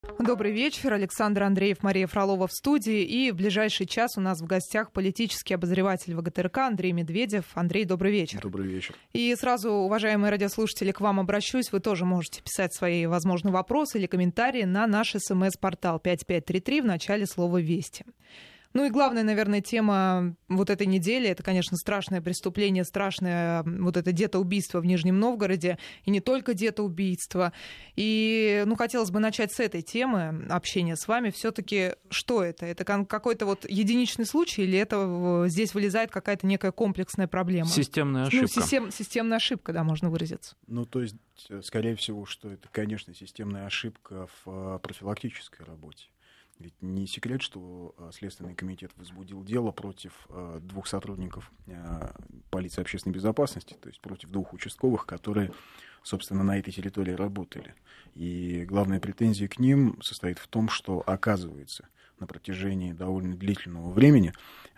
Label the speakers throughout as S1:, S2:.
S1: Добрый вечер. Александр Андреев, Мария Фролова в студии. И в ближайший час у нас в гостях политический обозреватель ВГТРК Андрей Медведев. Андрей, добрый вечер.
S2: Добрый вечер.
S1: И сразу, уважаемые радиослушатели, к вам обращусь. Вы тоже можете писать свои, возможно, вопросы или комментарии на наш СМС-портал 5533 в начале слова «Вести». Ну и главная, наверное, тема вот этой недели — это, конечно, страшное преступление, страшное вот это детоубийство в Нижнем Новгороде, и не только детоубийство. И, хотелось бы начать с этой темы общения с вами. Все-таки что это? Это какой-то вот единичный случай, или это здесь вылезает какая-то некая комплексная проблема?
S2: Системная ошибка.
S1: Системная ошибка, да, можно выразиться.
S2: То есть, скорее всего, что это, конечно, системная ошибка в профилактической работе. Ведь не секрет, что Следственный комитет возбудил дело против двух сотрудников полиции общественной безопасности, то есть против двух участковых, которые, собственно, на этой территории работали. И главная претензия к ним состоит в том, что, оказывается, на протяжении довольно длительного времени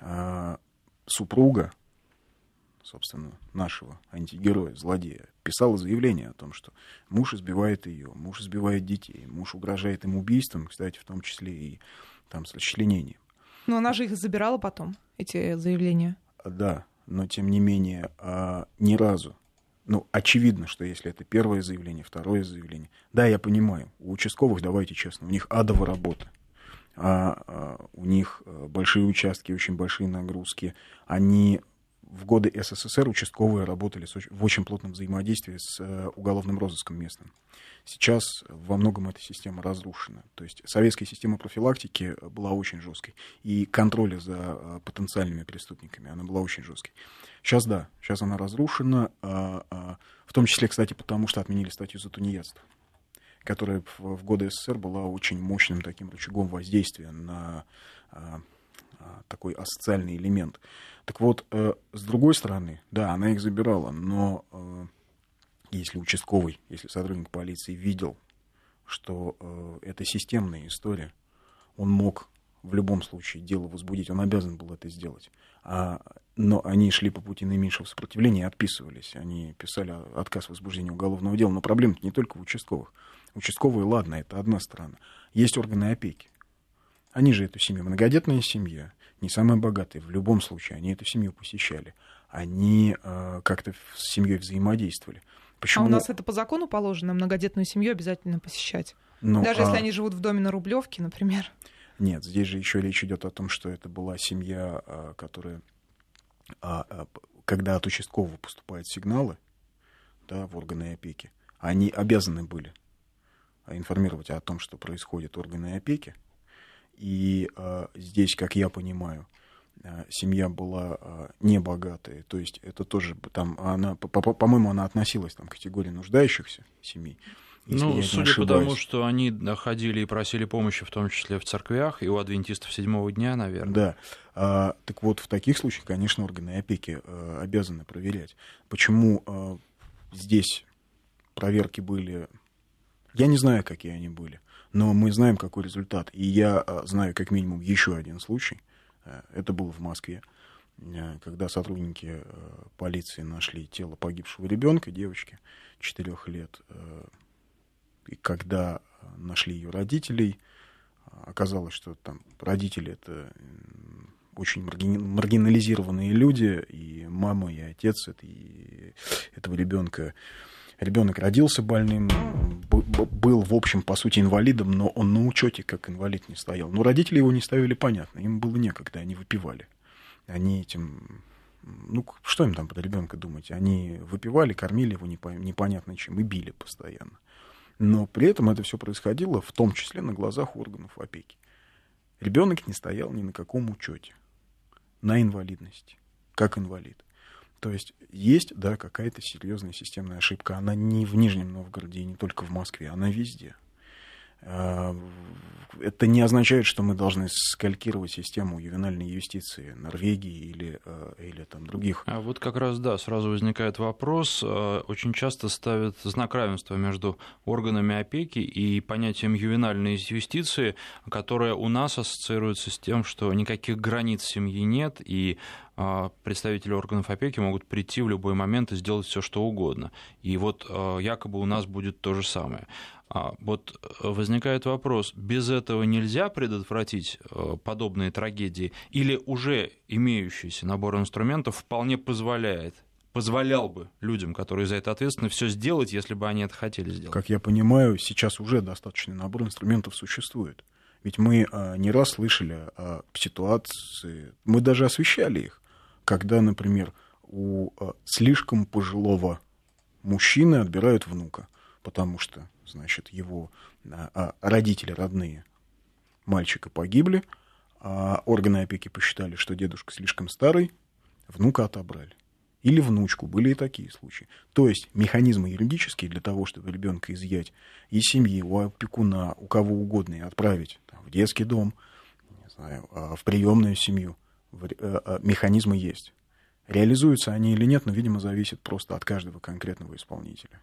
S2: супруга, собственно, нашего антигероя, злодея, писала заявление о том, что муж избивает ее, муж избивает детей, муж угрожает им убийством, кстати, в том числе и там с расчленением.
S1: Но она же их забирала потом, эти заявления.
S2: Да, но тем не менее ни разу. Очевидно, что если это первое заявление, второе заявление. Да, я понимаю, у участковых, давайте честно, у них адовая работа. У них большие участки, очень большие нагрузки. Они в годы СССР участковые работали в очень плотном взаимодействии с уголовным розыском местным. Сейчас во многом эта система разрушена. То есть советская система профилактики была очень жесткой. И контроля за потенциальными преступниками, она была очень жесткой. Сейчас да, сейчас она разрушена. В том числе, кстати, потому что отменили статью за тунеядство, которая в годы СССР была очень мощным таким рычагом воздействия на такой асоциальный элемент. Так вот, с другой стороны, да, она их забирала, но если участковый, если сотрудник полиции видел, что это системная история, он мог в любом случае дело возбудить, он обязан был это сделать. Но они шли по пути наименьшего сопротивления и отписывались. Они писали отказ в возбуждении уголовного дела. Но проблема не только в участковых. Участковые, ладно, это одна сторона. Есть органы опеки. Они же эту семью, многодетная семья, не самая богатая, в любом случае, они эту семью посещали. Они как-то с семьей взаимодействовали. Почему?
S1: А у нас это по закону положено, многодетную семью обязательно посещать? Даже если они живут в доме на Рублевке, например?
S2: Нет, здесь же еще речь идет о том, что это была семья, которая, когда от участкового поступают сигналы, да, в органы опеки, они обязаны были информировать о том, что происходит органы опеки. И здесь, как я понимаю, семья была небогатая, то есть это тоже там она, по-моему, она относилась там, к категории нуждающихся семей.
S3: Судя по тому, что они ходили и просили помощи, в том числе в церквях, и у адвентистов седьмого дня, наверное.
S2: Да. Так вот, в таких случаях, конечно, органы опеки обязаны проверять. Почему здесь проверки были... Я не знаю, какие они были, но мы знаем, какой результат. И я знаю как минимум еще один случай. Это было в Москве, когда сотрудники полиции нашли тело погибшего ребенка, девочки 4 лет. И когда нашли ее родителей, оказалось, что там родители — это очень маргинализированные люди, и мама, и отец этого ребенка. Ребенок родился больным, был, в общем, по сути, инвалидом, но он на учете как инвалид не стоял. Но родители его не ставили, понятно, им было некогда, они выпивали. Они этим... что им там про ребенка думать? Они выпивали, кормили его непонятно чем и били постоянно. Но при этом это все происходило, в том числе на глазах органов опеки. Ребенок не стоял ни на каком учете на инвалидности, как инвалид. То есть есть, да, какая-то серьезная системная ошибка. Она не в Нижнем Новгороде и не только в Москве, она везде. Это не означает, что мы должны скалькировать систему ювенальной юстиции Норвегии или там других.
S3: А вот как раз, да, сразу возникает вопрос. Очень часто ставят знак равенства между органами опеки и понятием ювенальной юстиции, которое у нас ассоциируется с тем, что никаких границ семьи нет, и представители органов опеки могут прийти в любой момент и сделать все, что угодно. И вот якобы у нас будет то же самое. Вот возникает вопрос, без этого нельзя предотвратить подобные трагедии, или уже имеющийся набор инструментов вполне позволял бы людям, которые за это ответственны, все сделать, если бы они это хотели сделать?
S2: Как я понимаю, сейчас уже достаточный набор инструментов существует. Ведь мы не раз слышали о ситуации, мы даже освещали их, когда, например, у слишком пожилого мужчины отбирают внука, потому что, значит, его родители родные мальчика погибли, а органы опеки посчитали, что дедушка слишком старый, внука отобрали. Или внучку, были и такие случаи. То есть механизмы юридические для того, чтобы ребенка изъять из семьи, у опекуна, у кого угодно, и отправить в детский дом, не знаю, в приемную семью, механизмы есть. Реализуются они или нет, но, видимо, зависит просто от каждого конкретного исполнителя.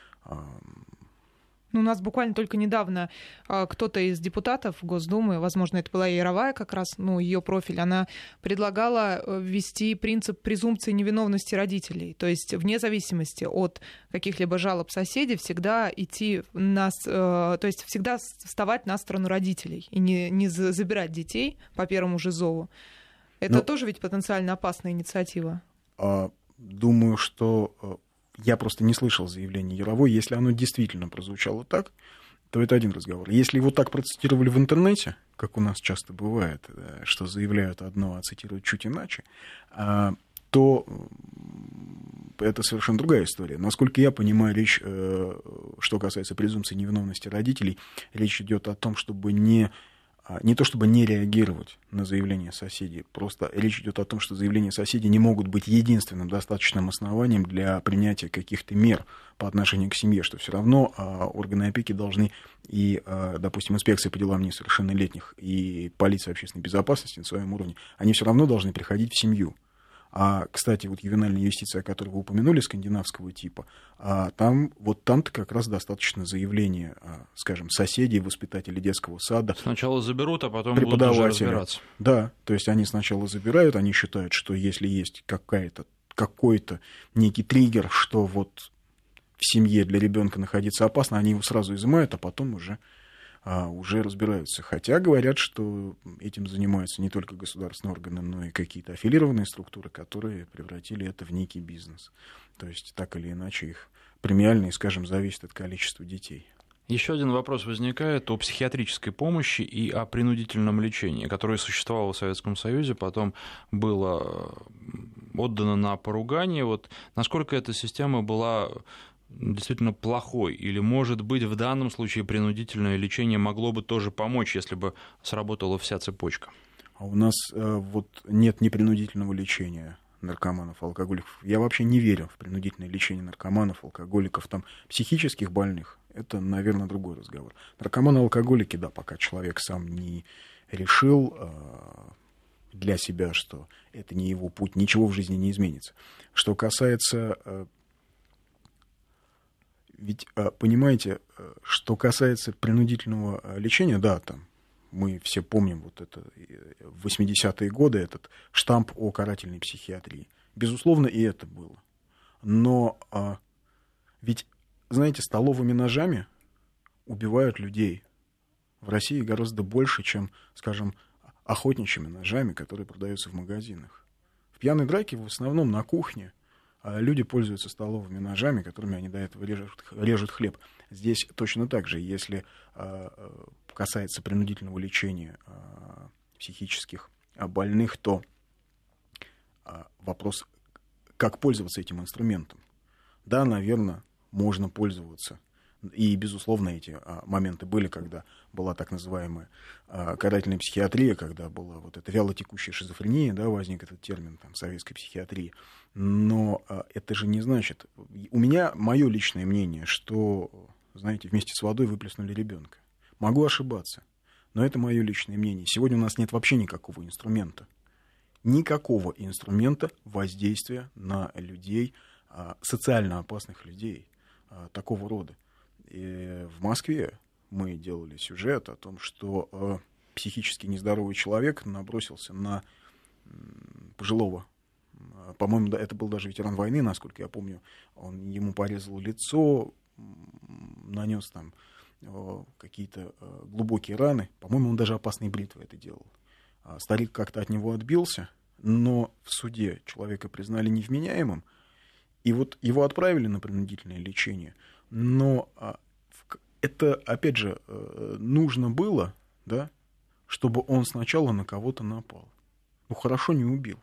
S1: У нас буквально только недавно кто-то из депутатов Госдумы, возможно, это была Яровая как раз, ее профиль, она предлагала ввести принцип презумпции невиновности родителей. То есть вне зависимости от каких-либо жалоб соседей всегда то есть всегда вставать на сторону родителей и не забирать детей по первому же зову. Это тоже ведь потенциально опасная инициатива.
S2: Думаю, что... Я просто не слышал заявления Яровой. Если оно действительно прозвучало так, то это один разговор. Если его так процитировали в интернете, как у нас часто бывает, что заявляют одно, а цитируют чуть иначе, то это совершенно другая история. Насколько я понимаю, речь, что касается презумпции невиновности родителей, речь идет о том, чтобы не то чтобы не реагировать на заявления соседей, просто речь идет о том, что заявления соседей не могут быть единственным достаточным основанием для принятия каких-то мер по отношению к семье, что все равно органы опеки должны и, допустим, инспекция по делам несовершеннолетних и полиция общественной безопасности на своем уровне, они все равно должны приходить в семью. Кстати, вот ювенальная юстиция, о которой вы упомянули, скандинавского типа, там-то как раз достаточно заявления, скажем, соседей, воспитателей детского сада.
S3: Сначала заберут, а потом будут уже разбираться.
S2: Да, то есть они сначала забирают, они считают, что если есть какой-то некий триггер, что вот в семье для ребенка находиться опасно, они его сразу изымают, а потом уже разбираются. Хотя говорят, что этим занимаются не только государственные органы, но и какие-то аффилированные структуры, которые превратили это в некий бизнес. То есть так или иначе их премиальные, скажем, зависят от количества детей.
S3: Еще один вопрос возникает о психиатрической помощи и о принудительном лечении, которое существовало в Советском Союзе, потом было отдано на поругание. Вот насколько эта система была действительно плохой, или, может быть, в данном случае принудительное лечение могло бы тоже помочь, если бы сработала вся цепочка?
S2: А у нас нет непринудительного лечения наркоманов, алкоголиков. Я вообще не верю в принудительное лечение наркоманов, алкоголиков, психических больных. Это, наверное, другой разговор. Наркоманы, алкоголики, да, пока человек сам не решил для себя, что это не его путь, ничего в жизни не изменится. Что касается... Ведь, понимаете, что касается принудительного лечения, да, мы все помним вот это в 80-е годы этот штамп о карательной психиатрии. Безусловно, и это было. Но ведь, знаете, столовыми ножами убивают людей в России гораздо больше, чем, скажем, охотничьими ножами, которые продаются в магазинах. В пьяной драке в основном на кухне люди пользуются столовыми ножами, которыми они до этого режут хлеб. Здесь точно так же, если касается принудительного лечения психических больных, то вопрос, как пользоваться этим инструментом. Да, наверное, можно пользоваться. И, безусловно, эти моменты были, когда была так называемая карательная психиатрия, когда была вот эта вялотекущая шизофрения, да, возник этот термин советской психиатрии. Но это же не значит... Мое личное мнение, что, знаете, вместе с водой выплеснули ребенка. Могу ошибаться, но это мое личное мнение. Сегодня у нас нет вообще никакого инструмента. Никакого инструмента воздействия на людей, социально опасных людей такого рода. И в Москве мы делали сюжет о том, что психически нездоровый человек набросился на пожилого. По-моему, это был даже ветеран войны, насколько я помню. Он ему порезал лицо, нанес какие-то глубокие раны. По-моему, он даже опасной бритвой это делал. Старик как-то от него отбился, но в суде человека признали невменяемым, и вот его отправили на принудительное лечение. Но это, опять же, нужно было, да, чтобы он сначала на кого-то напал. Ну, хорошо, не убил.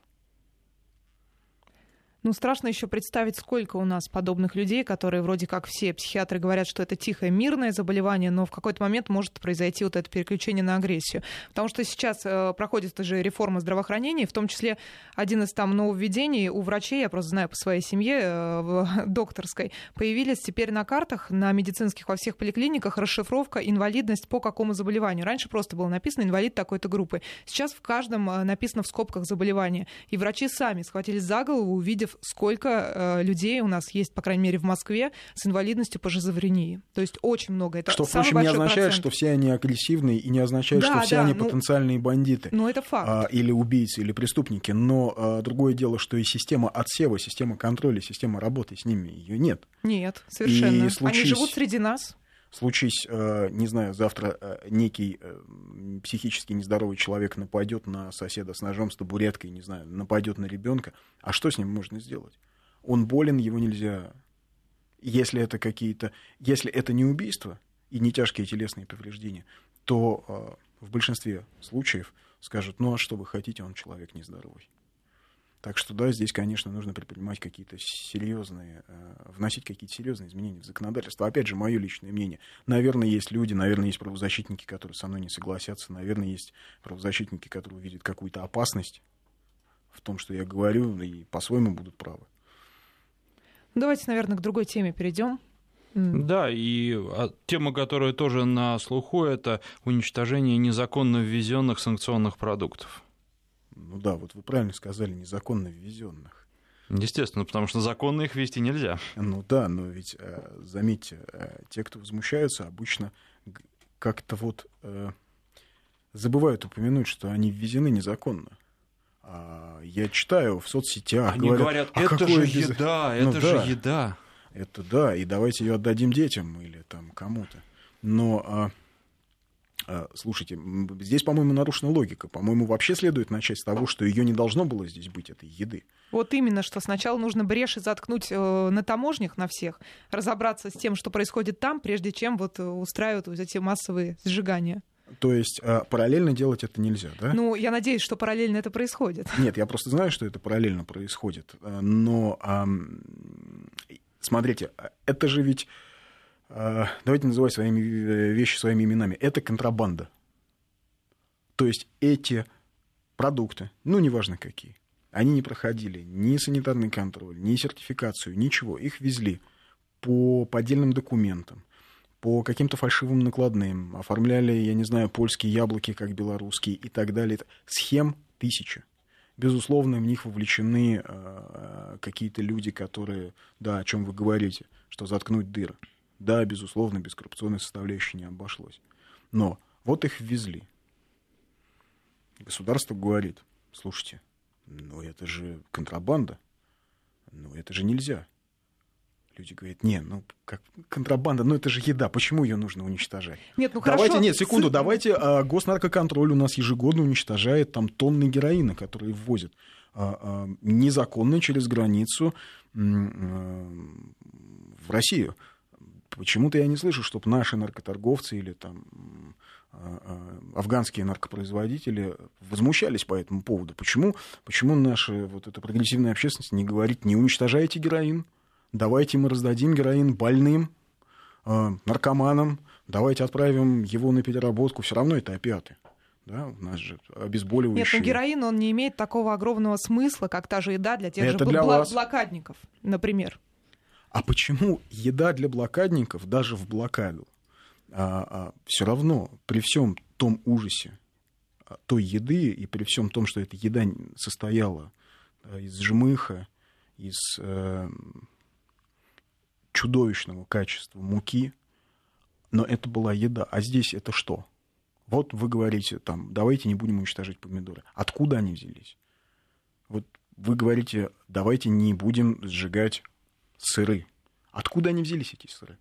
S1: Ну, страшно еще представить, сколько у нас подобных людей, которые вроде как все психиатры говорят, что это тихое, мирное заболевание, но в какой-то момент может произойти вот это переключение на агрессию. Потому что сейчас проходит же реформа здравоохранения, в том числе один из там нововведений у врачей, я просто знаю по своей семье, докторской, появились теперь на картах, на медицинских во всех поликлиниках расшифровка инвалидность по какому заболеванию. Раньше просто было написано инвалид такой-то группы. Сейчас в каждом написано в скобках заболевание. И врачи сами схватились за голову, увидев, сколько людей у нас есть, по крайней мере, в Москве с инвалидностью по шизофрении. То есть очень много. Это
S2: что, впрочем, не означает, что все они агрессивные, и не означает, что все они потенциальные бандиты.
S1: Ну, это факт.
S2: Или убийцы, или преступники. Но другое дело, что и система отсева, система контроля, система работы с ними, ее нет.
S1: Нет, совершенно. Они живут среди нас.
S2: Случись, не знаю, завтра некий психически нездоровый человек нападет на соседа с ножом, с табуреткой, не знаю, нападет на ребенка, а что с ним можно сделать? Он болен, его нельзя. Если это не убийство и не тяжкие телесные повреждения, то в большинстве случаев скажут: ну а что вы хотите, он человек нездоровый. Так что да, здесь, конечно, нужно предпринимать вносить какие-то серьезные изменения в законодательство. Опять же, мое личное мнение. Наверное, есть люди, наверное, есть правозащитники, которые со мной не согласятся. Наверное, есть правозащитники, которые увидят какую-то опасность в том, что я говорю, и по-своему будут правы.
S1: Давайте, наверное, к другой теме перейдем.
S3: Да, и тема, которая тоже на слуху, это уничтожение незаконно ввезенных санкционных продуктов.
S2: Ну да, вот вы правильно сказали, незаконно ввезенных.
S3: Естественно, потому что законно их везти нельзя.
S2: Ну да, но ведь, заметьте, те, кто возмущаются, обычно как-то вот забывают упомянуть, что они ввезены незаконно. Я читаю в соцсетях,
S3: они говорят, это же еда, это же еда.
S2: Это да, и давайте ее отдадим детям или там кому-то. Но... Слушайте, здесь, по-моему, нарушена логика. По-моему, вообще следует начать с того, что ее не должно было здесь быть, этой еды.
S1: Вот именно, что сначала нужно бреши заткнуть на таможнях, на всех, разобраться с тем, что происходит там, прежде чем вот устраивают вот эти массовые сжигания.
S2: То есть параллельно делать это нельзя, да?
S1: Ну, я надеюсь, что параллельно это происходит.
S2: Нет, я просто знаю, что это параллельно происходит. Но, смотрите, это же ведь... Давайте называть вещи своими именами. Это контрабанда. То есть эти продукты, ну, неважно какие, они не проходили ни санитарный контроль, ни сертификацию, ничего. Их везли по поддельным документам, по каким-то фальшивым накладным, оформляли, я не знаю, польские яблоки, как белорусские и так далее. Схем тысячи. Безусловно, в них вовлечены какие-то люди, которые, да, о чем вы говорите, что заткнуть дыры. Да, безусловно, без коррупционной составляющей не обошлось. Но вот их ввезли. Государство говорит: слушайте, ну это же контрабанда, ну это же нельзя. Люди говорят: не, ну как контрабанда, ну это же еда, почему ее нужно уничтожать?
S1: Нет, ну
S2: давайте,
S1: хорошо.
S2: Нет, секунду, давайте госнаркоконтроль у нас ежегодно уничтожает там тонны героина, которые ввозят незаконно через границу в Россию. Почему-то я не слышу, чтобы наши наркоторговцы или там афганские наркопроизводители возмущались по этому поводу. Почему наша вот эта прогрессивная общественность не говорит: не уничтожайте героин, давайте мы раздадим героин больным, наркоманам, давайте отправим его на переработку, все равно это опиаты. Да, у нас же обезболивающие.
S1: Нет, но героин, он не имеет такого огромного смыссла, как та же еда для тех же блокадников, например.
S2: А почему еда для блокадников даже в блокаду все равно при всем том ужасе той еды и при всем том, что эта еда состояла из жмыха, из чудовищного качества муки, но это была еда. А здесь это что? Вот вы говорите, там, давайте не будем уничтожать помидоры. Откуда они взялись? Вот вы говорите, давайте не будем сжигать сыры. Откуда они взялись, эти сыры?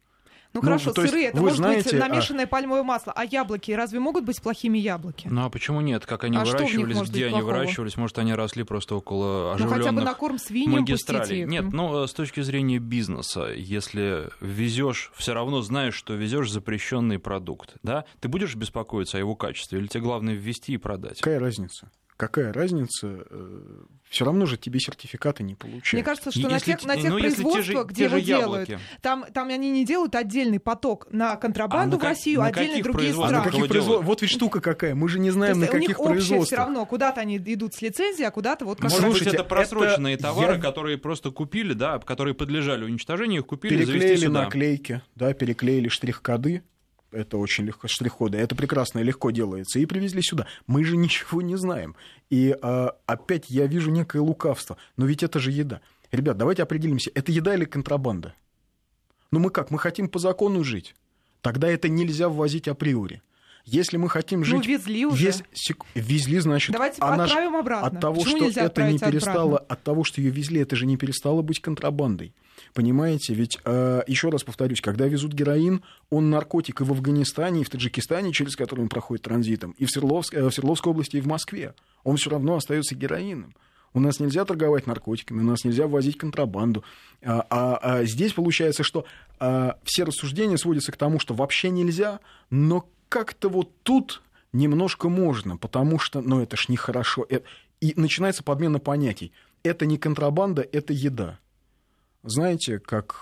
S1: Ну хорошо, сыры, это может
S2: знаете,
S1: быть намешанное пальмовое масло. А яблоки разве могут быть плохими яблоки?
S3: Ну а почему нет? Как они выращивались, где они выращивались? Может, они росли просто около оживленных
S1: хотя бы на корм свиньям
S3: магистралей? Нет, с точки зрения бизнеса, если везешь, все равно знаешь, что везешь запрещенный продукт, да? Ты будешь беспокоиться о его качестве, или тебе главное ввести и продать?
S2: Какая разница? Все равно же тебе сертификаты не получают.
S1: Мне кажется, что на тех производствах, где его делают, там они не делают отдельный поток на контрабанду в Россию, отдельные другие страны.
S2: Вот ведь штука какая. Мы же не знаем, на каких производствах.
S1: Все равно куда-то они идут с лицензией, а куда-то вот как.
S3: Может быть, это просроченные товары, которые просто купили, да, которые подлежали уничтожению, их купили, завезли сюда.
S2: Наклейки, да, переклеили штрих-коды. Это очень легко, штрих-коды, это прекрасно и легко делается, и привезли сюда. Мы же ничего не знаем. И опять я вижу некое лукавство. Но ведь это же еда. Ребят, давайте определимся, это еда или контрабанда? Ну мы как, мы хотим по закону жить? Тогда это нельзя ввозить априори. Если мы хотим жить...
S1: везли уже.
S2: Везли, значит...
S1: Давайте отправим обратно.
S2: От того, что это не перестало... От того, что ее везли, это же не перестало быть контрабандой. Понимаете? Ведь, еще раз повторюсь, когда везут героин, он наркотик и в Афганистане, и в Таджикистане, через который он проходит транзитом, и в Свердловской области, и в Москве. Он все равно остается героином. У нас нельзя торговать наркотиками, у нас нельзя ввозить контрабанду. Здесь получается, что все рассуждения сводятся к тому, что вообще нельзя, но как-то вот тут немножко можно, потому что, это ж нехорошо. И начинается подмена понятий. Это не контрабанда, это еда. Знаете, как...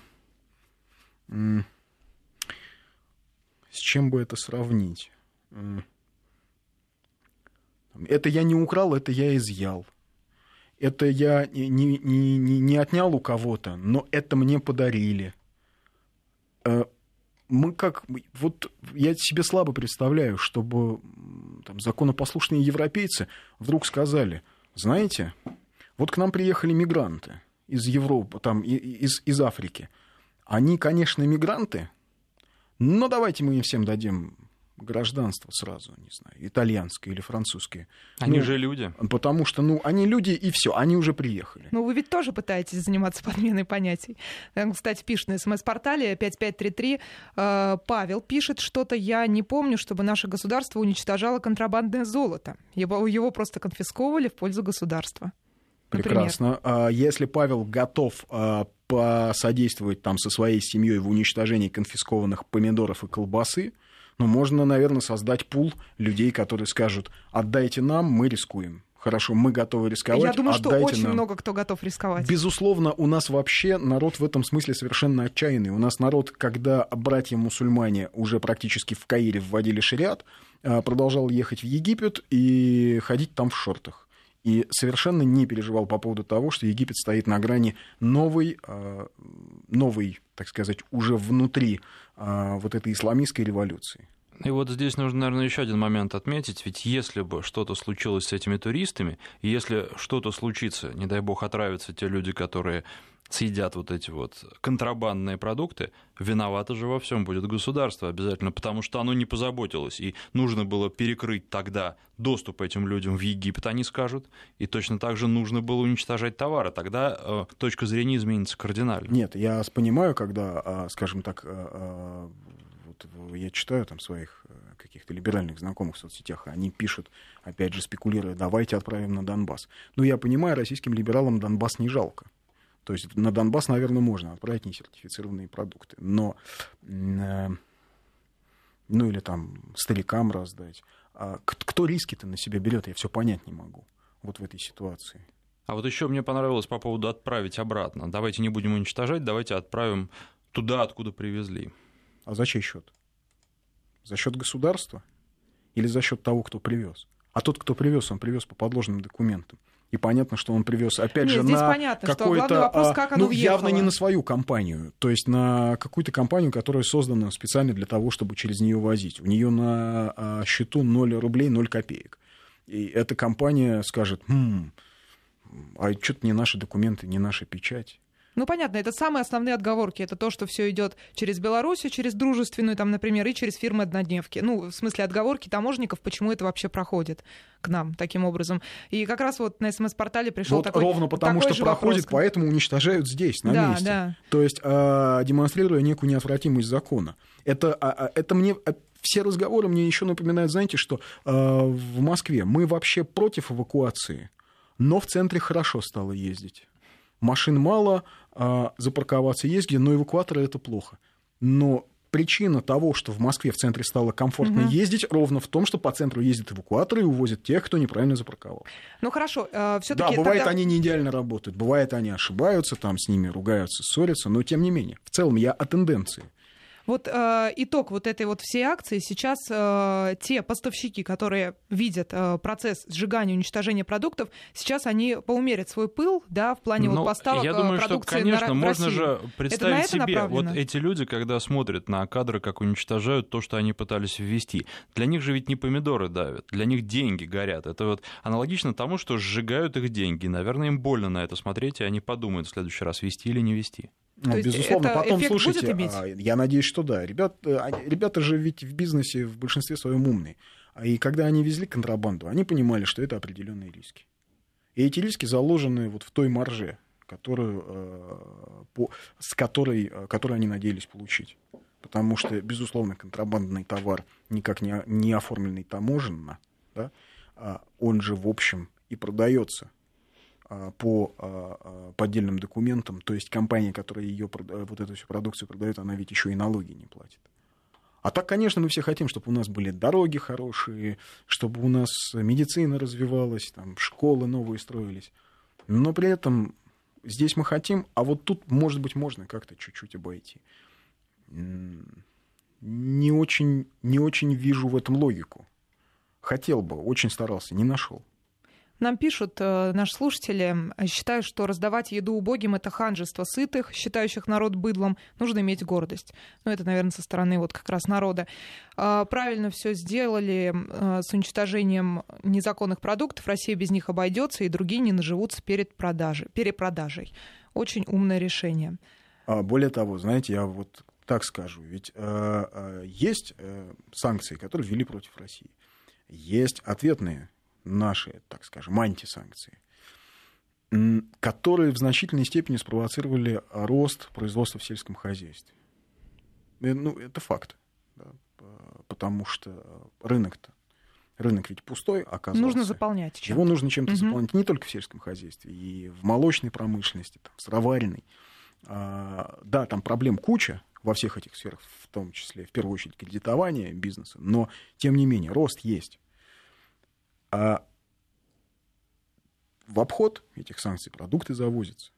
S2: с чем бы это сравнить? Это я не украл, это я изъял. Это я не отнял у кого-то, но это мне подарили. Я себе слабо представляю, чтобы законопослушные европейцы вдруг сказали, знаете, вот к нам приехали мигранты из Европы, из Африки. Они, конечно, мигранты, но давайте мы им всем дадим гражданство сразу, не знаю, итальянское или французское.
S3: Они же люди.
S2: Потому что, они люди, и все, они уже приехали.
S1: Вы ведь тоже пытаетесь заниматься подменой понятий. Кстати, пишет на СМС-портале 5533. Павел пишет что-то, я не помню, чтобы наше государство уничтожало контрабандное золото. Его просто конфисковывали в пользу государства.
S2: Прекрасно. Если Павел готов посодействовать со своей семьей в уничтожении конфискованных помидоров и колбасы, можно, наверное, создать пул людей, которые скажут, отдайте нам, мы рискуем. Хорошо, мы готовы рисковать,
S1: я думаю,
S2: отдайте
S1: что очень
S2: нам.
S1: много кто готов рисковать.
S2: Безусловно, у нас вообще народ в этом смысле совершенно отчаянный. У нас народ, когда братья-мусульмане уже практически в Каире вводили шариат, продолжал ехать в Египет и ходить там в шортах. И совершенно не переживал по поводу того, что Египет стоит на грани новой, так сказать, уже внутри вот этой исламистской революции.
S3: И вот здесь нужно, наверное, еще один момент отметить, ведь если бы что-то случилось с этими туристами, и если что-то случится, не дай бог отравятся те люди, которые съедят вот эти вот контрабандные продукты, виновато же во всем будет государство обязательно, потому что оно не позаботилось, и нужно было перекрыть тогда доступ этим людям в Египет, они скажут, и точно так же нужно было уничтожать товары, тогда точка зрения изменится кардинально.
S2: Нет, я понимаю, когда, скажем так, я читаю своих каких-то либеральных знакомых в соцсетях, они пишут, опять же, спекулируя, давайте отправим на Донбасс. Но я понимаю, российским либералам Донбасс не жалко. То есть на Донбасс, наверное, можно отправить несертифицированные продукты. Но, или старикам раздать. А кто риски-то на себя берет, я все понять не могу вот в этой ситуации.
S3: А вот еще мне понравилось по поводу отправить обратно. Давайте не будем уничтожать, давайте отправим туда, откуда привезли.
S2: А за чей счет? За счет государства? Или за счет того, кто привез? А тот, кто привез, он привез по подложным документам. И понятно, что он привез, опять же, на
S1: понятно,
S2: какой-то...
S1: вопрос, как оно въехало.
S2: Явно не на свою компанию. То есть на какую-то компанию, которая создана специально для того, чтобы через нее возить. У нее на счету 0 рублей, 0 копеек. И эта компания скажет, а что-то не наши документы, не наша печать.
S1: Ну, понятно, это самые основные отговорки. Это то, что все идет через Белоруссию, через дружественную, там, например, и через фирмы-однодневки. Ну, в смысле, отговорки таможенников, почему это вообще проходит к нам таким образом. И как раз вот на СМС-портале пришел
S2: вот
S1: такой
S2: ровно потому, что проходит,
S1: вопрос.
S2: поэтому уничтожают здесь, на месте.
S1: Да.
S2: То есть демонстрируя некую неотвратимость закона. Это мне... Все разговоры мне еще напоминают, знаете, что в Москве мы вообще против эвакуации, но в центре хорошо стало ездить. Машин мало, запарковаться есть где, но эвакуаторы — это плохо. Но причина того, что в Москве в центре стало комфортно ездить, ровно в том, что по центру ездят эвакуаторы и увозят тех, кто неправильно запарковал.
S1: Ну хорошо, все-таки...
S2: Да, бывает, они не идеально работают, бывает, они ошибаются, там с ними ругаются, ссорятся, но тем не менее. В целом я о тенденции.
S1: Вот итог вот этой вот всей акции. Сейчас те поставщики, которые видят процесс сжигания, уничтожения продуктов, сейчас они поумерят свой пыл, да, в плане вот поставок продукции.
S3: Я думаю, что, конечно, можно же представить себе,
S1: направлено?
S3: Вот эти люди, когда смотрят на кадры, как уничтожают то, что они пытались ввести, для них же ведь не помидоры давят, для них деньги горят. Это вот аналогично тому, что сжигают их деньги. Наверное, им больно на это смотреть, и они подумают в следующий раз, вести или не вести.
S2: Ну, безусловно, потом, слушайте,
S1: будет
S2: я надеюсь, что да. Ребята же ведь в бизнесе в большинстве своем умные. И когда они везли контрабанду, они понимали, что это определенные риски. И эти риски заложены вот в той марже, которую они надеялись получить. Потому что, безусловно, контрабандный товар, никак не оформленный таможенно, да, он же, в общем, и продается по поддельным документам, то есть компания, которая вот эту всю продукцию продает, она ведь еще и налоги не платит. А так, конечно, мы все хотим, чтобы у нас были дороги хорошие, чтобы у нас медицина развивалась, там, школы новые строились. Но при этом здесь мы хотим, а вот тут, может быть, можно как-то чуть-чуть обойти. Не очень вижу в этом логику. Хотел бы, очень старался, не нашел.
S1: Нам пишут наши слушатели, считают, что раздавать еду убогим — это ханжество сытых, считающих народ быдлом. Нужно иметь гордость. Ну, это, наверное, со стороны вот как раз народа. Правильно все сделали с уничтожением незаконных продуктов. Россия без них обойдется, и другие не наживутся перепродажей. Очень умное решение.
S2: Более того, знаете, я вот так скажу. Ведь есть санкции, которые ввели против России. Есть ответные наши, так скажем, антисанкции, которые в значительной степени спровоцировали рост производства в сельском хозяйстве. Ну, это факт. Да, потому что рынок ведь пустой оказался.
S1: Нужно заполнять чем-то.
S2: Его нужно чем-то заполнять не только в сельском хозяйстве, и в молочной промышленности, там, в сыроваренной. Да, там проблем куча во всех этих сферах, в том числе, в первую очередь, кредитование бизнеса, но, тем не менее, рост есть. А в обход этих санкций продукты завозятся.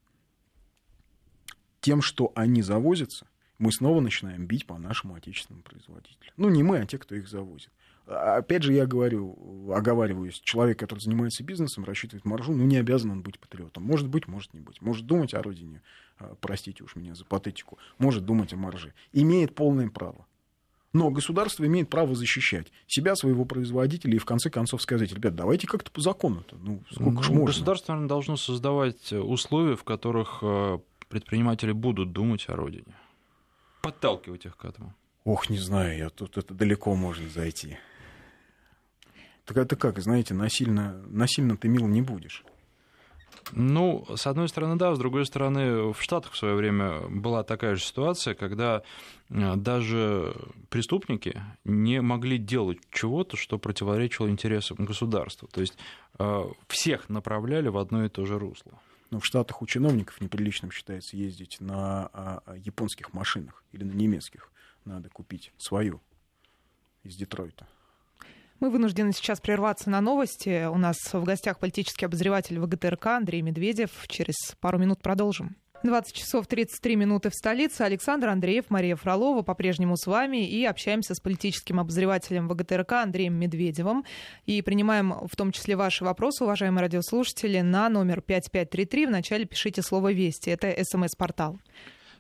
S2: Тем, что они завозятся, мы снова начинаем бить по нашему отечественному производителю. Ну, не мы, а те, кто их завозит. Опять же, я оговариваюсь, человек, который занимается бизнесом, рассчитывает маржу, ну, не обязан он быть патриотом. Может быть, может не быть. Может думать о родине, простите уж меня за патетику, может думать о марже. Имеет полное право. Но государство имеет право защищать себя, своего производителя, и в конце концов сказать: ребят, давайте как-то по закону-то, сколько ж можно.
S3: Государство, наверное, должно создавать условия, в которых предприниматели будут думать о родине, подталкивать их к этому.
S2: Ох, не знаю, это далеко можно зайти. Так это как, знаете, насильно ты мил не будешь.
S3: Ну, с одной стороны, да, с другой стороны, в Штатах в свое время была такая же ситуация, когда даже преступники не могли делать чего-то, что противоречило интересам государства. То есть всех направляли в одно и то же русло.
S2: Но в Штатах у чиновников неприличным считается ездить на японских машинах или на немецких. Надо купить свою из Детройта.
S1: Мы вынуждены сейчас прерваться на новости. У нас в гостях политический обозреватель ВГТРК Андрей Медведев. Через пару минут продолжим. 20 часов 33 минуты в столице. Александр Андреев, Мария Фролова по-прежнему с вами. И общаемся с политическим обозревателем ВГТРК Андреем Медведевым. И принимаем в том числе ваши вопросы, уважаемые радиослушатели, на номер 5533. Вначале пишите слово «Вести». Это СМС-портал.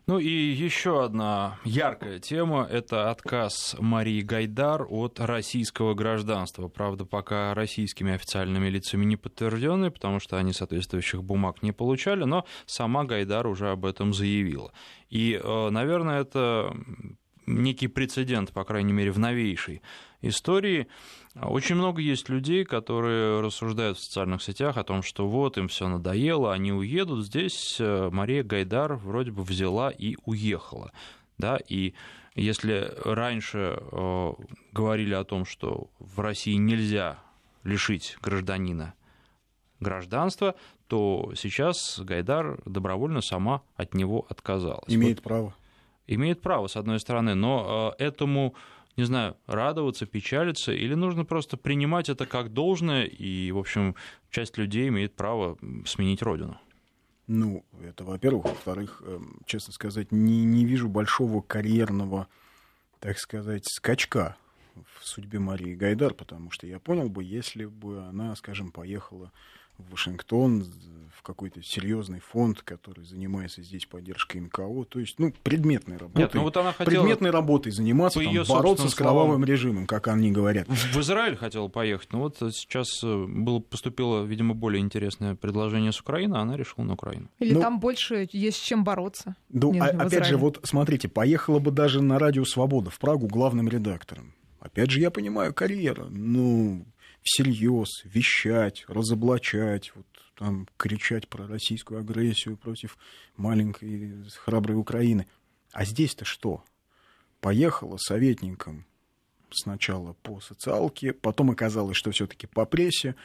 S3: Ну и еще одна яркая тема – это отказ Марии Гайдар от российского гражданства. Правда, пока российскими официальными лицами не подтвержденный, потому что они соответствующих бумаг не получали, но сама Гайдар уже об этом заявила. И, наверное, это некий прецедент, по крайней мере, в новейшей истории. Очень много есть людей, которые рассуждают в социальных сетях о том, что вот им все надоело, они уедут. Здесь Мария Гайдар вроде бы взяла и уехала. Да? И если раньше говорили о том, что в России нельзя лишить гражданина гражданства, то сейчас Гайдар добровольно сама от него отказалась.
S2: Имеет право.
S3: Имеет право, с одной стороны, но этому, не знаю, радоваться, печалиться, или нужно просто принимать это как должное, и, в общем, часть людей имеет право сменить родину?
S2: Ну, это, во-первых. Во-вторых, честно сказать, не вижу большого карьерного, так сказать, скачка в судьбе Марии Гайдар, потому что я понял бы, если бы она, скажем, поехала в Вашингтон, в какой-то серьезный фонд, который занимается здесь поддержкой НКО, то есть, предметной работой.
S3: Нет, вот она хотела
S2: предметной работой заниматься, бороться с кровавым режимом, как они говорят.
S3: В Израиль хотела поехать, но вот сейчас поступило, видимо, более интересное предложение с Украины, а она решила на Украину.
S1: Или там больше есть с чем бороться.
S2: Опять же, вот смотрите, поехала бы даже на Радио Свобода в Прагу главным редактором. Опять же, я понимаю, карьера, всерьез вещать, разоблачать, там, кричать про российскую агрессию против маленькой храброй Украины. А здесь-то что? Поехала советником сначала по социалке, потом оказалось, что все-таки по прессе,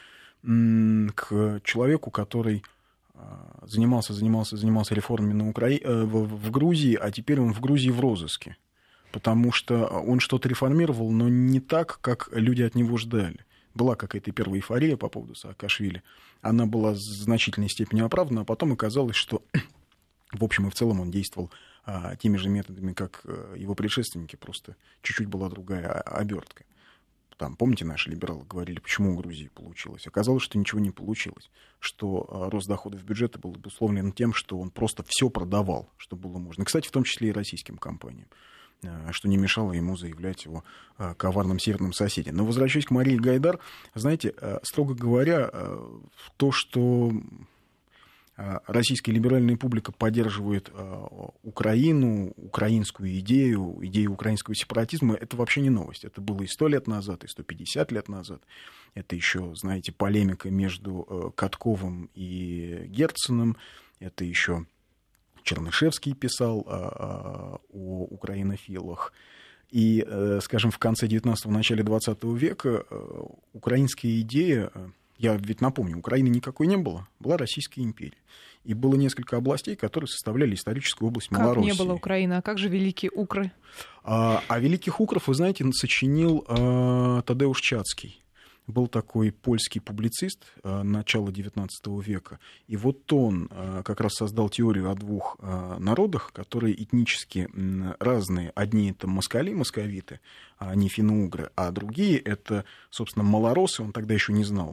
S2: к человеку, который занимался реформами в Грузии, а теперь он в Грузии в розыске. Потому что он что-то реформировал, но не так, как люди от него ждали. Была какая-то первая эйфория по поводу Саакашвили. Она была в значительной степени оправдана, а потом оказалось, что в общем и в целом он действовал теми же методами, как его предшественники, просто чуть-чуть была другая обертка. Там, помните, наши либералы говорили, почему у Грузии получилось? Оказалось, что ничего не получилось, что рост доходов бюджета был обусловлен тем, что он просто все продавал, что было можно. Кстати, в том числе и российским компаниям, что не мешало ему заявлять о коварном северном соседе. Но возвращаясь к Марии Гайдар, знаете, строго говоря, то, что российская либеральная публика поддерживает Украину, украинскую идею украинского сепаратизма, это вообще не новость. Это было и 100 лет назад, и 150 лет назад. Это еще, знаете, полемика между Катковым и Герценом. Это еще Чернышевский писал о украинофилах. И, скажем, в конце 19-го, начале 20 века украинская идея, я ведь напомню, Украины никакой не было, была Российская империя. И было несколько областей, которые составляли историческую область Малороссии.
S1: Как не было Украины, а как же великие укры?
S2: А великих укров, вы знаете, сочинил Тадеуш Чацкий. Был такой польский публицист начала XIX века, и вот он как раз создал теорию о двух народах, которые этнически разные. Одни — это москали, московиты, они финно-угры, а другие — это, собственно, малороссы, он тогда еще не знал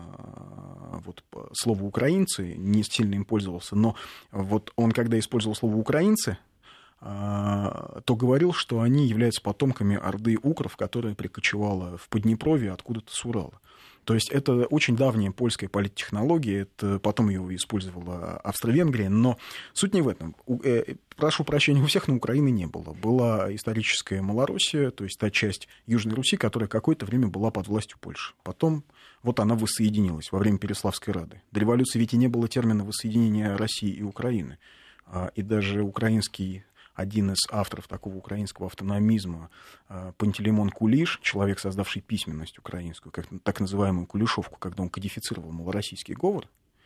S2: вот слово «украинцы», не сильно им пользовался, но вот он, когда использовал слово «украинцы», то говорил, что они являются потомками орды укров, которая прикочевала в Поднепровье откуда-то с Урала. То есть это очень давняя польская политтехнология, это потом ее использовала Австро-Венгрия, но суть не в этом. Прошу прощения, у всех на Украине не было. Была историческая Малороссия, то есть та часть Южной Руси, которая какое-то время была под властью Польши. Потом вот она воссоединилась во время Переславской Рады. До революции ведь и не было термина воссоединения России и Украины. И даже один из авторов такого украинского автономизма, Пантелеймон Кулиш, человек, создавший письменность украинскую, так называемую кулишовку, когда он кодифицировал малороссийский говор,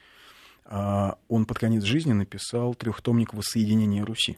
S2: он под конец жизни написал трехтомник «Воссоединение Руси».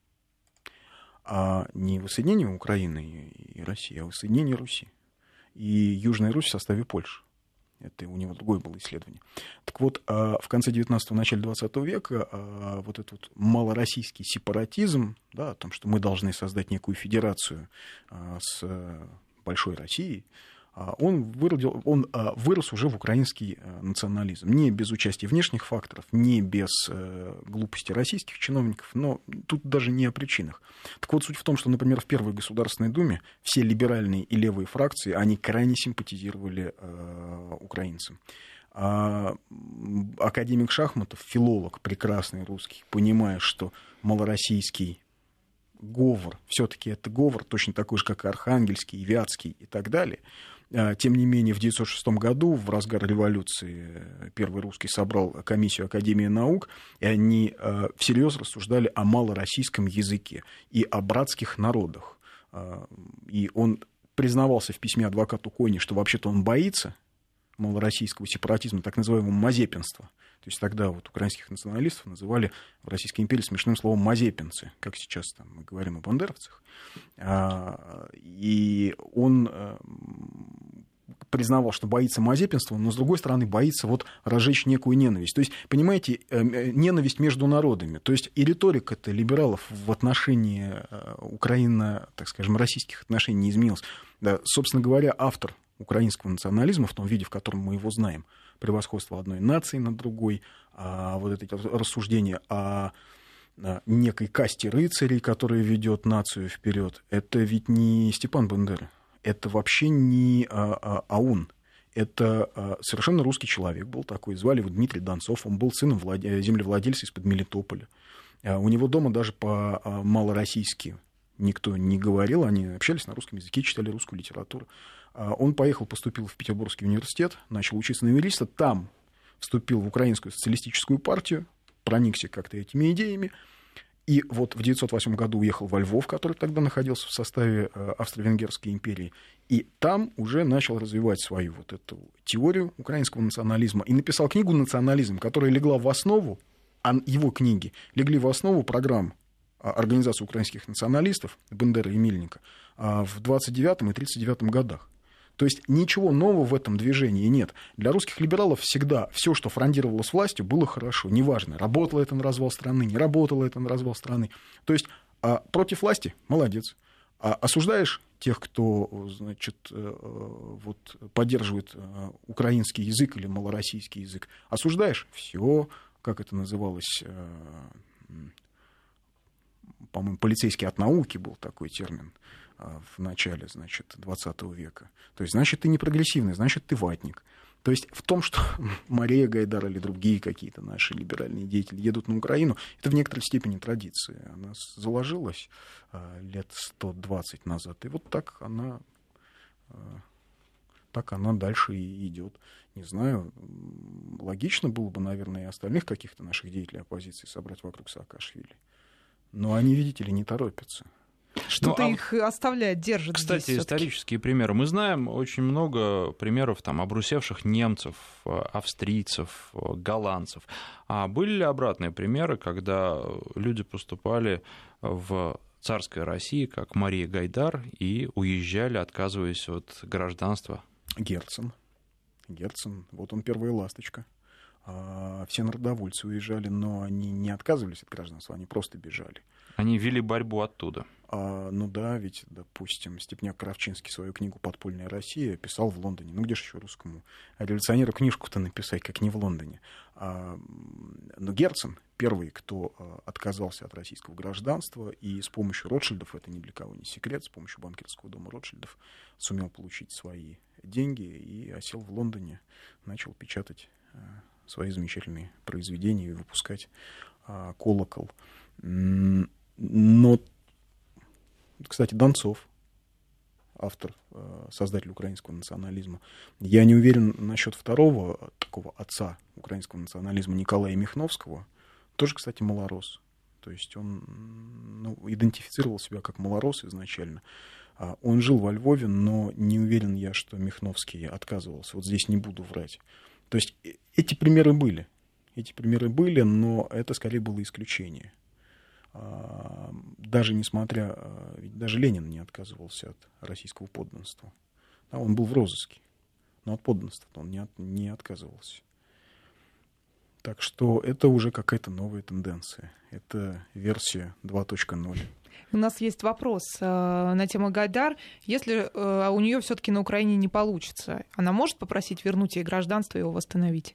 S2: Не воссоединение Украины и России, а воссоединение Руси. И Южная Русь в составе Польши. Это у него другое было исследование. Так вот, в конце 19-го, начале 20 века вот этот вот малороссийский сепаратизм, да, о том, что мы должны создать некую федерацию с Большой Россией, он вырос уже в украинский национализм. Не без участия внешних факторов, не без глупости российских чиновников, но тут даже не о причинах. Так вот, суть в том, что, например, в Первой Государственной Думе все либеральные и левые фракции, они крайне симпатизировали украинцам. Академик Шахматов, филолог прекрасный русский, понимая, что малороссийский говор, все-таки это говор, точно такой же, как и архангельский, вятский и так далее. Тем не менее, в 1906 году, в разгар революции, первый русский собрал комиссию Академии наук, и они всерьез рассуждали о малороссийском языке и о братских народах. И он признавался в письме адвокату Койне, что вообще-то он боится малороссийского сепаратизма, так называемого мазепинства. То есть тогда вот украинских националистов называли в Российской империи смешным словом мазепинцы, как сейчас там мы говорим о бандеровцах. И он признавал, что боится мазепинства, но, с другой стороны, боится вот разжечь некую ненависть. То есть, понимаете, ненависть между народами. То есть и риторика-то либералов в отношении Украины, так скажем, российских отношений не изменилась. Да, собственно говоря, автор украинского национализма в том виде, в котором мы его знаем, превосходство одной нации над другой, вот эти рассуждения о некой касте рыцарей, которая ведет нацию вперед, это ведь не Степан Бандера, это вообще не АУН, это совершенно русский человек был такой, звали его Дмитрий Донцов, он был сыном землевладельца из-под Мелитополя. У него дома даже по-малороссийски никто не говорил, они общались на русском языке, читали русскую литературу. Он поехал, поступил в Петербургский университет, начал учиться на юриста, там вступил в Украинскую социалистическую партию, проникся как-то этими идеями, и вот в 1908 году уехал во Львов, который тогда находился в составе Австро-Венгерской империи, и там уже начал развивать свою вот эту теорию украинского национализма и написал книгу «Национализм», которая легла в основу, его книги легли в основу программ Организации украинских националистов Бандеры и Мельника в 29 и 39 годах. То есть ничего нового в этом движении нет. Для русских либералов всегда все, что фрондировало с властью, было хорошо. Неважно, работало это на развал страны, не работало это на развал страны. То есть против власти — молодец. Осуждаешь тех, кто, значит, вот, поддерживает украинский язык или малороссийский язык, осуждаешь — все, как это называлось, по-моему, полицейский от науки был такой термин в начале, значит, 20 века. То есть, значит, ты не прогрессивный, значит, ты ватник. То есть в том, что Мария Гайдар или другие какие-то наши либеральные деятели едут на Украину, это в некоторой степени традиция. Она заложилась лет 120 назад. И вот так она дальше и идет. Не знаю, логично было бы, наверное, и остальных каких-то наших деятелей оппозиции собрать вокруг Саакашвили. Но они, видите ли, не торопятся.
S1: Что-то их оставляет, держит.
S3: Кстати,
S1: здесь
S3: исторические примеры. Мы знаем очень много примеров там обрусевших немцев, австрийцев, голландцев. А были ли обратные примеры, когда люди поступали в царской России, как Мария Гайдар, и уезжали, отказываясь от гражданства?
S2: Герцен. Вот он, первая ласточка. Все народовольцы уезжали, но они не отказывались от гражданства, они просто бежали.
S3: Они вели борьбу оттуда.
S2: Ну да, ведь, допустим, Степняк-Кравчинский свою книгу «Подпольная Россия» писал в Лондоне. Ну где же еще русскому революционеру книжку-то написать, как не в Лондоне? Но Герцен первый, кто отказался от российского гражданства, и с помощью Ротшильдов, это ни для кого не секрет, с помощью банкирского дома Ротшильдов сумел получить свои деньги и осел в Лондоне, начал печатать свои замечательные произведения и выпускать «Колокол». Но, кстати, Донцов, автор, создатель украинского национализма, я не уверен насчет второго такого отца украинского национализма Николая Михновского, тоже, кстати, малорос. То есть он идентифицировал себя как малорос изначально. Он жил во Львове, но не уверен я, что Михновский отказывался. Вот здесь не буду врать. То есть эти примеры были, но это скорее было исключение. Даже несмотря, ведь даже Ленин не отказывался от российского подданства. Да, он был в розыске, но от подданства он не отказывался. Так что это уже какая-то новая тенденция. Это версия 2.0.
S1: У нас есть вопрос на тему Гайдар. Если у нее все-таки на Украине не получится, она может попросить вернуть ей гражданство и его восстановить?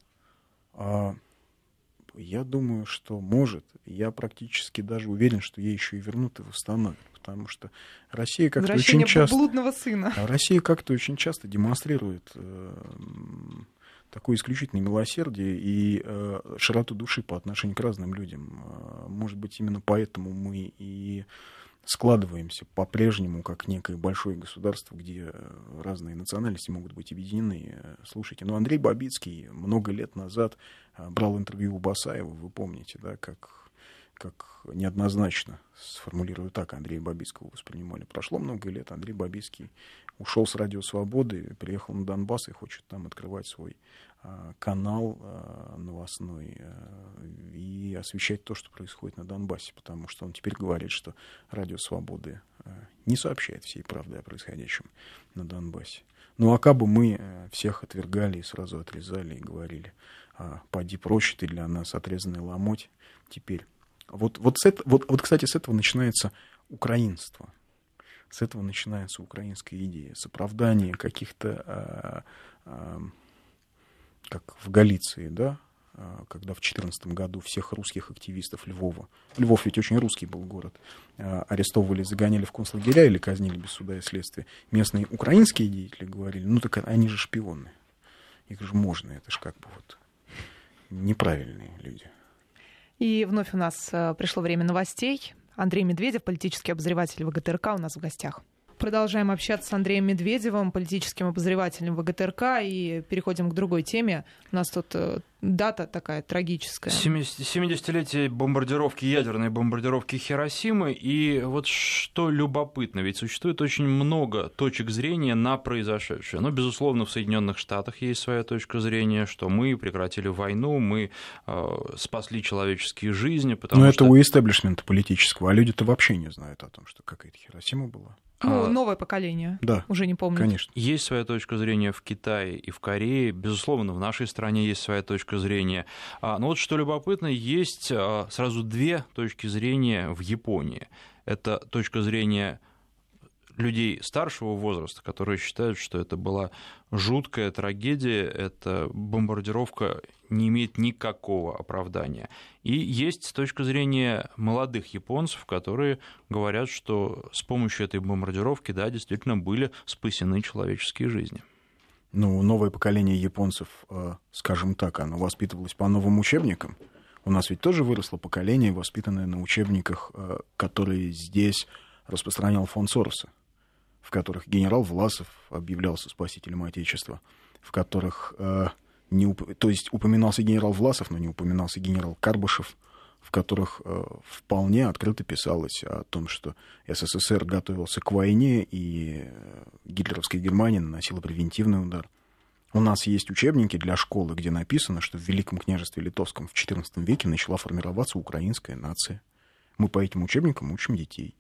S2: Я думаю, что может. Я практически даже уверен, что ей еще и вернут и восстановят. Потому что Россия как-то очень часто...
S1: блудного сына.
S2: Россия как-то очень часто демонстрирует такое исключительное милосердие и широту души по отношению к разным людям. Может быть, именно поэтому мы и складываемся по-прежнему как некое большое государство, где разные национальности могут быть объединены. Слушайте, Андрей Бабицкий много лет назад брал интервью у Басаева, вы помните, да, как неоднозначно, сформулирую так, Андрея Бабицкого воспринимали. Прошло много лет, Андрей Бабицкий ушел с Радио Свободы, приехал на Донбасс и хочет там открывать свой канал новостной и освещать то, что происходит на Донбассе, потому что он теперь говорит, что Радио Свободы не сообщает всей правды о происходящем на Донбассе. А как бы мы всех отвергали и сразу отрезали и говорили: поди прочь, ты для нас отрезанный ломоть. Теперь кстати, с этого начинается украинство. С этого начинается украинская идея, с оправдания каких-то, как в Галиции, да, когда в 2014 году всех русских активистов Львов ведь очень русский был город, арестовывали, загоняли в концлагеря или казнили без суда и следствия. Местные украинские деятели говорили: так они же шпионы, их же можно, это же как бы неправильные люди.
S1: И вновь у нас пришло время новостей. Андрей Медведев, политический обозреватель ВГТРК, у нас в гостях. Продолжаем общаться с Андреем Медведевым, политическим обозревателем ВГТРК, и переходим к другой теме. У нас тут дата такая трагическая.
S3: 70-летие бомбардировки, ядерной бомбардировки Хиросимы. И вот что любопытно, ведь существует очень много точек зрения на произошедшее. Безусловно, в Соединенных Штатах есть своя точка зрения, что мы прекратили войну, мы спасли человеческие жизни.
S2: Но это у истеблишмента политического, а люди-то вообще не знают о том, что какая-то Хиросима была.
S1: Новое поколение,
S2: да,
S1: уже не помню.
S2: Конечно.
S3: Есть своя точка зрения в Китае и в Корее, безусловно, в нашей стране есть своя точка зрения. Но вот что любопытно, есть сразу две точки зрения в Японии. Это точка зрения людей старшего возраста, которые считают, что это была жуткая трагедия, эта бомбардировка не имеет никакого оправдания. И есть точка зрения молодых японцев, которые говорят, что с помощью этой бомбардировки, да, действительно были спасены человеческие жизни.
S2: Новое поколение японцев, скажем так, оно воспитывалось по новым учебникам. У нас ведь тоже выросло поколение, воспитанное на учебниках, которые здесь распространял фонд Сороса, в которых генерал Власов объявлялся спасителем Отечества, в которых то есть упоминался генерал Власов, но не упоминался генерал Карбышев, в которых вполне открыто писалось о том, что СССР готовился к войне, и гитлеровская Германия наносила превентивный удар. У нас есть учебники для школы, где написано, что в Великом княжестве Литовском в XIV веке начала формироваться украинская нация. Мы по этим учебникам учим детей.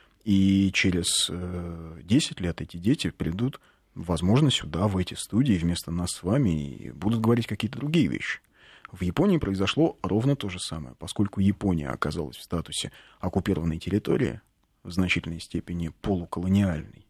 S2: И через 10 лет эти дети придут, возможно, сюда, в эти студии, вместо нас с вами, и будут говорить какие-то другие вещи. В Японии произошло ровно то же самое. Поскольку Япония оказалась в статусе оккупированной территории, в значительной степени полуколониальной,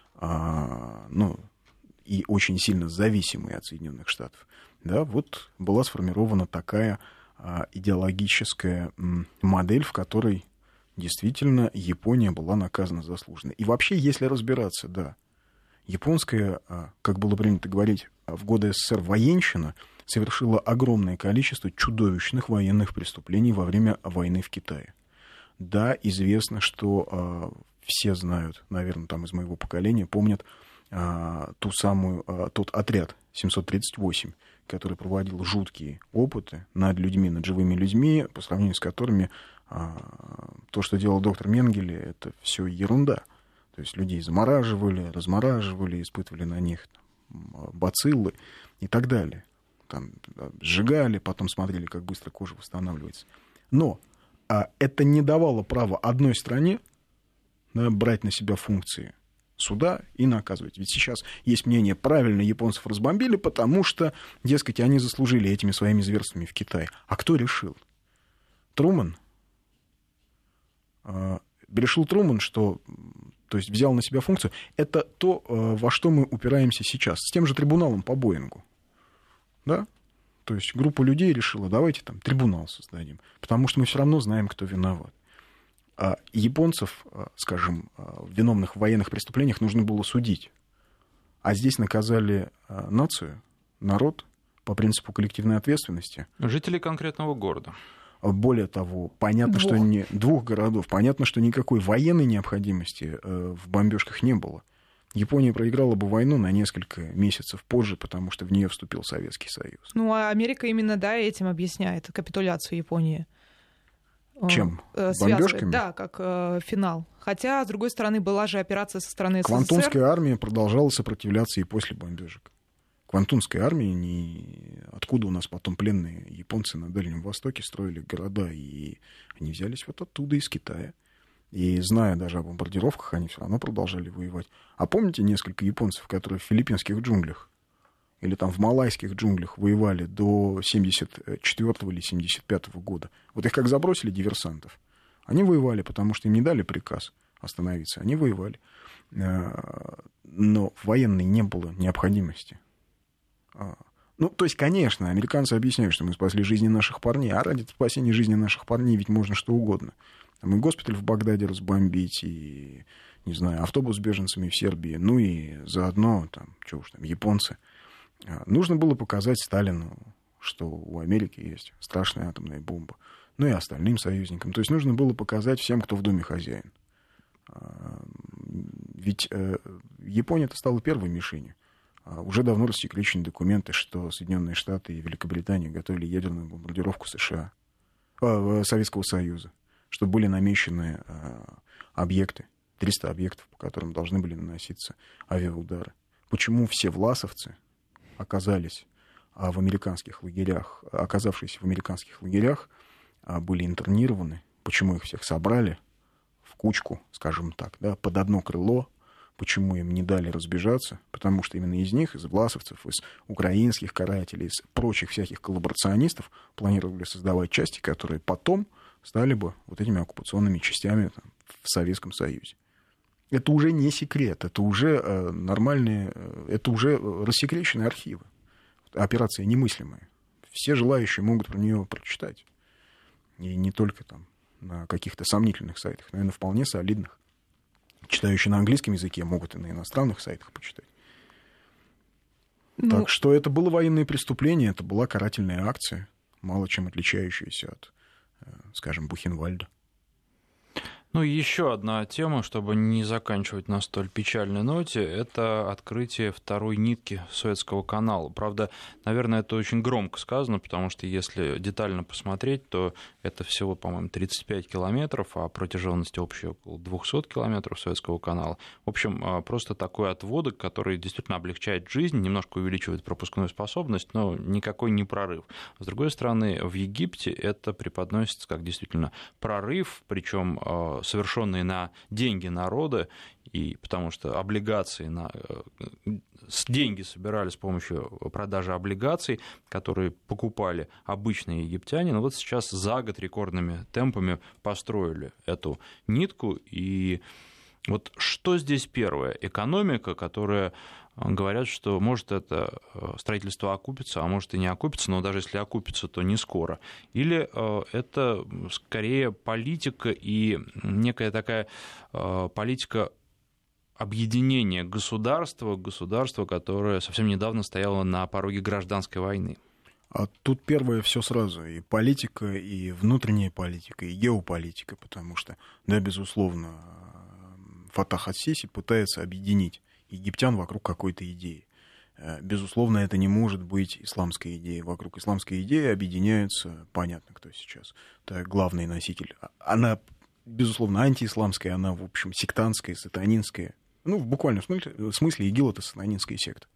S2: и очень сильно зависимой от Соединенных Штатов, да, вот была сформирована такая идеологическая модель, в которой действительно Япония была наказана заслуженно. И вообще, если разбираться, да, японская, как было принято говорить, в годы СССР военщина совершила огромное количество чудовищных военных преступлений во время войны в Китае. Да, известно, что все знают, наверное, там из моего поколения, помнят тот отряд 738, который проводил жуткие опыты над людьми, над живыми людьми, по сравнению с которыми то, что делал доктор Менгеле, это все ерунда. То есть людей замораживали, размораживали, испытывали на них бациллы и так далее. Там сжигали, потом смотрели, как быстро кожа восстанавливается. Но это не давало права одной стране, да, брать на себя функции суда и наказывать. Ведь сейчас есть мнение, правильно японцев разбомбили, потому что, дескать, они заслужили этими своими зверствами в Китае. А кто решил? Трумэн? решил Трумэн, что, то есть взял на себя функцию, это то, во что мы упираемся сейчас, с тем же трибуналом по Боингу. Да? То есть группа людей решила, давайте там трибунал создадим, потому что мы все равно знаем, кто виноват. А японцев, скажем, виновных в военных преступлениях нужно было судить. А здесь наказали нацию, народ, по принципу коллективной ответственности.
S3: Жители конкретного города.
S2: Более того, понятно, что двух городов. Понятно, что никакой военной необходимости в бомбежках не было. Япония проиграла бы войну на несколько месяцев позже, потому что в нее вступил Советский Союз.
S1: Ну, а Америка именно, да, этим объясняет капитуляцию Японии.
S2: Чем? Бомбежками?
S1: Да, как финал. Хотя, с другой стороны, была же операция со стороны СССР.
S2: Квантунская армия продолжала сопротивляться и после бомбежек. Квантунская армия, откуда у нас потом пленные японцы на Дальнем Востоке строили города, и они взялись вот оттуда, из Китая. И зная даже о бомбардировках, они все равно продолжали воевать. А помните несколько японцев, которые в филиппинских джунглях или там в малайских джунглях воевали до 74-го или 75-го года? Вот их как забросили, диверсантов. Они воевали, потому что им не дали приказ остановиться. Они воевали. Но в военной не было необходимости. Ну, то есть, конечно, американцы объясняют, что мы спасли жизни наших парней, а ради спасения жизни наших парней ведь можно что угодно. Там и госпиталь в Багдаде разбомбить, и, не знаю, автобус с беженцами в Сербии, ну и заодно, там, что уж там, японцы. Нужно было показать Сталину, что у Америки есть страшная атомная бомба, ну и остальным союзникам. То есть нужно было показать всем, кто в доме хозяин. Ведь Япония-то стала первой мишенью. Уже давно рассекречены документы, что Соединенные Штаты и Великобритания готовили ядерную бомбардировку США, Советского Союза, что были намечены объекты, 300 объектов, по которым должны были наноситься авиаудары. Почему все власовцы оказавшиеся в американских лагерях, были интернированы, почему их всех собрали в кучку, скажем так, да, под одно крыло, почему им не дали разбежаться, потому что именно из них, из власовцев, из украинских карателей, из прочих всяких коллаборационистов планировали создавать части, которые потом стали бы вот этими оккупационными частями там, в Советском Союзе. Это уже не секрет, это уже нормальные, это уже рассекреченные архивы. Операция немыслимая. Все желающие могут про нее прочитать. И не только там на каких-то сомнительных сайтах, но и на вполне солидных. Читающие на английском языке могут и на иностранных сайтах почитать. Ну... Так что это было военное преступление, это была карательная акция, мало чем отличающаяся от, скажем, Бухенвальда.
S3: Ну, еще одна тема, чтобы не заканчивать на столь печальной ноте, это открытие второй нитки Суэцкого канала. Правда, наверное, это очень громко сказано, потому что если детально посмотреть, то это всего, по-моему, 35 километров, а протяженность общая около 200 километров Суэцкого канала. В общем, просто такой отводок, который действительно облегчает жизнь, немножко увеличивает пропускную способность, но никакой не прорыв. С другой стороны, в Египте это преподносится как действительно прорыв, причем совершенные на деньги народа, и потому что облигации деньги собирали с помощью продажи облигаций, которые покупали обычные египтяне, но вот сейчас за год рекордными темпами построили эту нитку. И вот что здесь первое? Экономика, которая говорят, что может это строительство окупится, а может и не окупится, но даже если окупится, то не скоро. Или это скорее политика и некая такая политика объединения государства, которое совсем недавно стояло на пороге гражданской войны.
S2: А тут первое все сразу. И политика, и внутренняя политика, и геополитика, потому что, да, безусловно, Фатах ас-Сиси пытается объединить египтян вокруг какой-то идеи. Безусловно, это не может быть исламская идея. Вокруг исламской идеи объединяются, понятно, кто сейчас. Это главный носитель. Она, безусловно, антиисламская, она, в общем, сектантская, сатанинская. Ну, в буквальном смысле ИГИЛ — это сатанинская секта.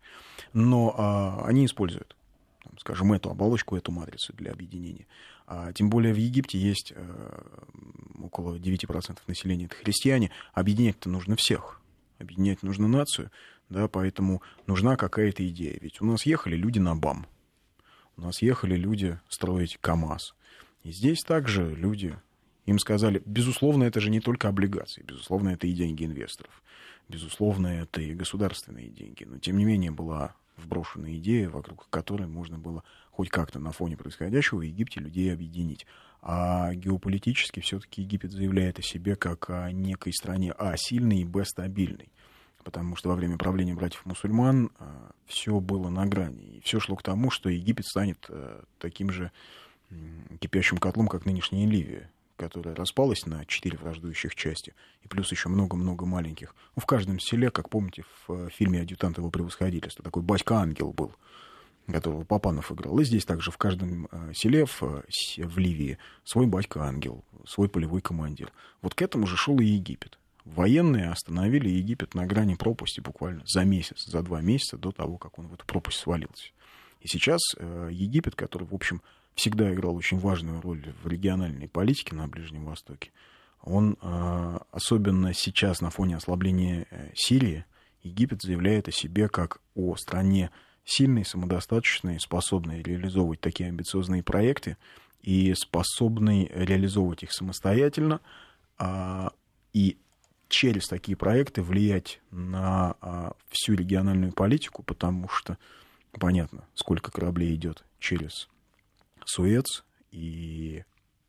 S2: Но они используют, скажем, эту оболочку, эту матрицу для объединения. Тем более в Египте есть около 9% населения — это христиане. Объединять-то нужно всех. Объединять нужно нацию, да, поэтому нужна какая-то идея. Ведь у нас ехали люди на БАМ, у нас ехали люди строить КАМАЗ. И здесь также люди Им сказали, безусловно, это же не только облигации, безусловно, это и деньги инвесторов, безусловно, это и государственные деньги. Но, тем не менее, была вброшена идея, вокруг которой можно было хоть как-то на фоне происходящего в Египте людей объединить. А геополитически все-таки Египет заявляет о себе как о некой стране, сильной и стабильной. Потому что во время правления братьев-мусульман все было на грани. И все шло к тому, что Египет станет таким же кипящим котлом, как нынешняя Ливия, которая распалась на 4 враждующих части, и плюс еще много-много маленьких. В каждом селе, как помните, в фильме «Адъютант его превосходительства», такой батька-ангел был, которого Папанов играл. И здесь также в каждом селе в Ливии свой батька-ангел, свой полевой командир. Вот к этому же шел и Египет. Военные остановили Египет на грани пропасти буквально за месяц, за 2 месяца до того, как он в эту пропасть свалился. И сейчас Египет, который, в общем, всегда играл очень важную роль в региональной политике на Ближнем Востоке, он, особенно сейчас на фоне ослабления Сирии, Египет заявляет о себе как о стране сильной, самодостаточной, способной реализовывать такие амбициозные проекты и способной реализовывать их самостоятельно, и через такие проекты влиять на всю региональную политику, потому что понятно, сколько кораблей идет через Суэц, и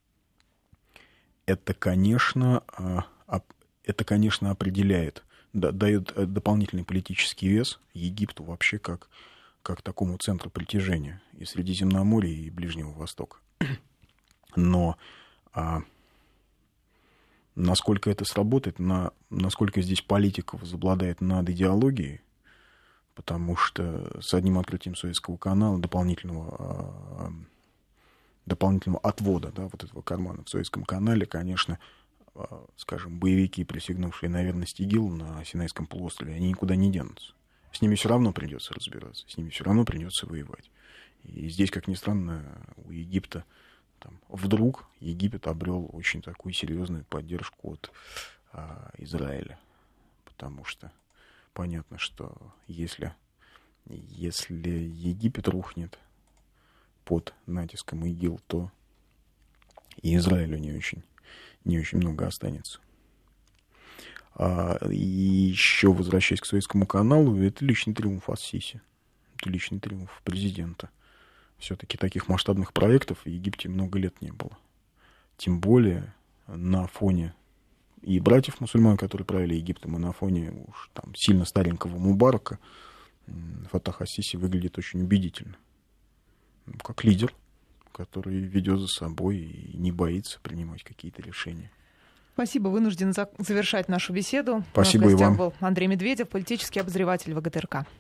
S2: это, конечно, определяет, дает дополнительный политический вес Египту вообще как такому центру притяжения и Средиземноморья, и Ближнего Востока. Но насколько это сработает, насколько здесь политика возобладает над идеологией, потому что с одним открытием Суэцкого канала дополнительного отвода, да, вот этого кармана в Суэцком канале, конечно, скажем, боевики, присягнувшие на верность ИГИЛ на Синайском полуострове, они никуда не денутся. С ними все равно придется разбираться, с ними все равно придется воевать. И здесь, как ни странно, у Египта вдруг Египет обрел очень такую серьезную поддержку от Израиля. Потому что понятно, что если Египет рухнет под натиском ИГИЛ, то и Израилю не очень много останется. И еще, возвращаясь к Суэцкому каналу, это личный триумф ас-Сиси. Это личный триумф президента. Все-таки таких масштабных проектов в Египте много лет не было. Тем более на фоне и братьев-мусульман, которые правили Египтом, и на фоне уж там сильно старенького Мубарака Фатах ас-Сиси выглядит очень убедительно. Как лидер, который ведет за собой и не боится принимать какие-то решения.
S1: Спасибо. Вынужден завершать нашу беседу.
S2: Спасибо
S1: У нас в гостях
S2: и вам.
S1: был Андрей Медведев, политический обозреватель ВГТРК.